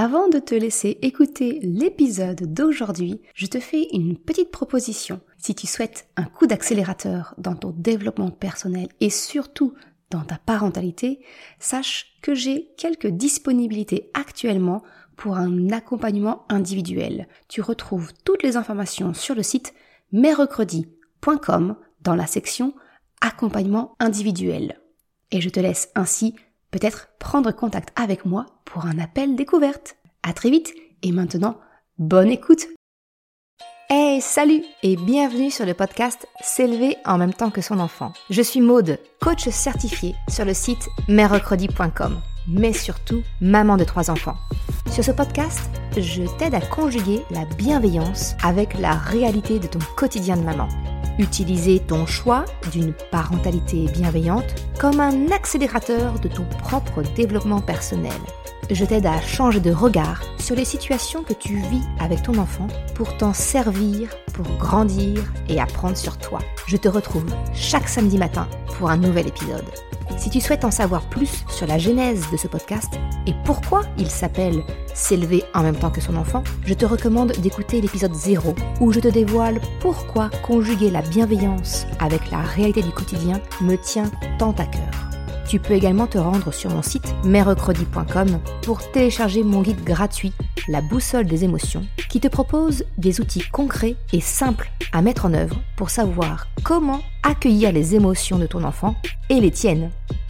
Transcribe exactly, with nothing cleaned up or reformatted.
Avant de te laisser écouter l'épisode d'aujourd'hui, je te fais une petite proposition. Si tu souhaites un coup d'accélérateur dans ton développement personnel et surtout dans ta parentalité, sache que j'ai quelques disponibilités actuellement pour un accompagnement individuel. Tu retrouves toutes les informations sur le site merrecredi point com dans la section accompagnement individuel. Et je te laisse ainsi peut-être prendre contact avec moi pour un appel découverte. À très vite et maintenant, bonne écoute. Hey, salut et bienvenue sur le podcast S'élever en même temps que son enfant. Je suis Maude, coach certifiée sur le site merrecredi point com, mais surtout maman de trois enfants. Sur ce podcast, je t'aide à conjuguer la bienveillance avec la réalité de ton quotidien de maman. Utiliser ton choix d'une parentalité bienveillante comme un accélérateur de ton propre développement personnel. Je t'aide à changer de regard sur les situations que tu vis avec ton enfant pour t'en servir, pour grandir et apprendre sur toi. Je te retrouve chaque samedi matin pour un nouvel épisode. Si tu souhaites en savoir plus sur la genèse de ce podcast et pourquoi il s'appelle « S'élever en même temps que son enfant », je te recommande d'écouter l'épisode zéro où je te dévoile pourquoi conjuguer la bienveillance avec la réalité du quotidien me tient tant à cœur. Tu peux également te rendre sur mon site merrecredi point com pour télécharger mon guide gratuit « La boussole des émotions » qui te propose des outils concrets et simples à mettre en œuvre pour savoir comment accueillir les émotions de ton enfant et les tiennes.